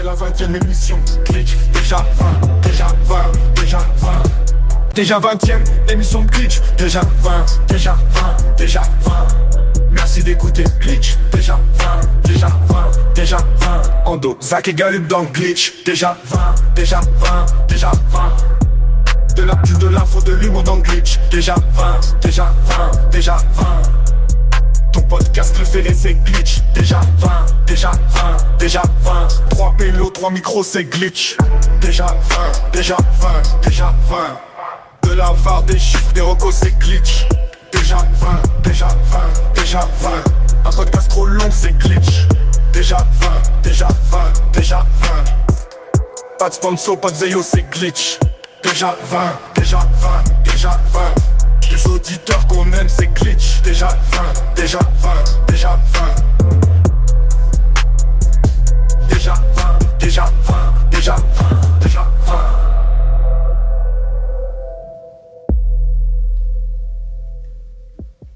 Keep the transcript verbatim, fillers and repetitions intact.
c'est la vingtième émission. Glitch, déjà vingt, déjà vingt, déjà vingt. Déjà vingtième émission de Glitch, déjà vingt, déjà vingt, déjà vingt. Merci d'écouter Glitch, déjà vingt, déjà vingt, déjà vingt. Ando, Zach et Galub dans Glitch, déjà vingt, déjà vingt, déjà vingt. De la pub, de l'info, de l'humour dans Glitch, déjà vingt, déjà vingt, déjà vingt. Ton podcast préféré c'est Glitch, déjà vingt, déjà vingt, déjà vingt. Trois pélos, trois micros c'est Glitch, déjà vingt, déjà vingt, déjà vingt. De la V A R, des chiffres, des recos c'est Glitch, déjà vingt, déjà vingt, déjà vingt. Un podcast trop long c'est Glitch, déjà vingt, déjà vingt, déjà vingt. Pas de sponsor, pas de Zeyo c'est Glitch, déjà vingt, déjà vingt, déjà vingt. Les auditeurs qu'on aime c'est Glitch, déjà vingt, déjà vingt, déjà vingt.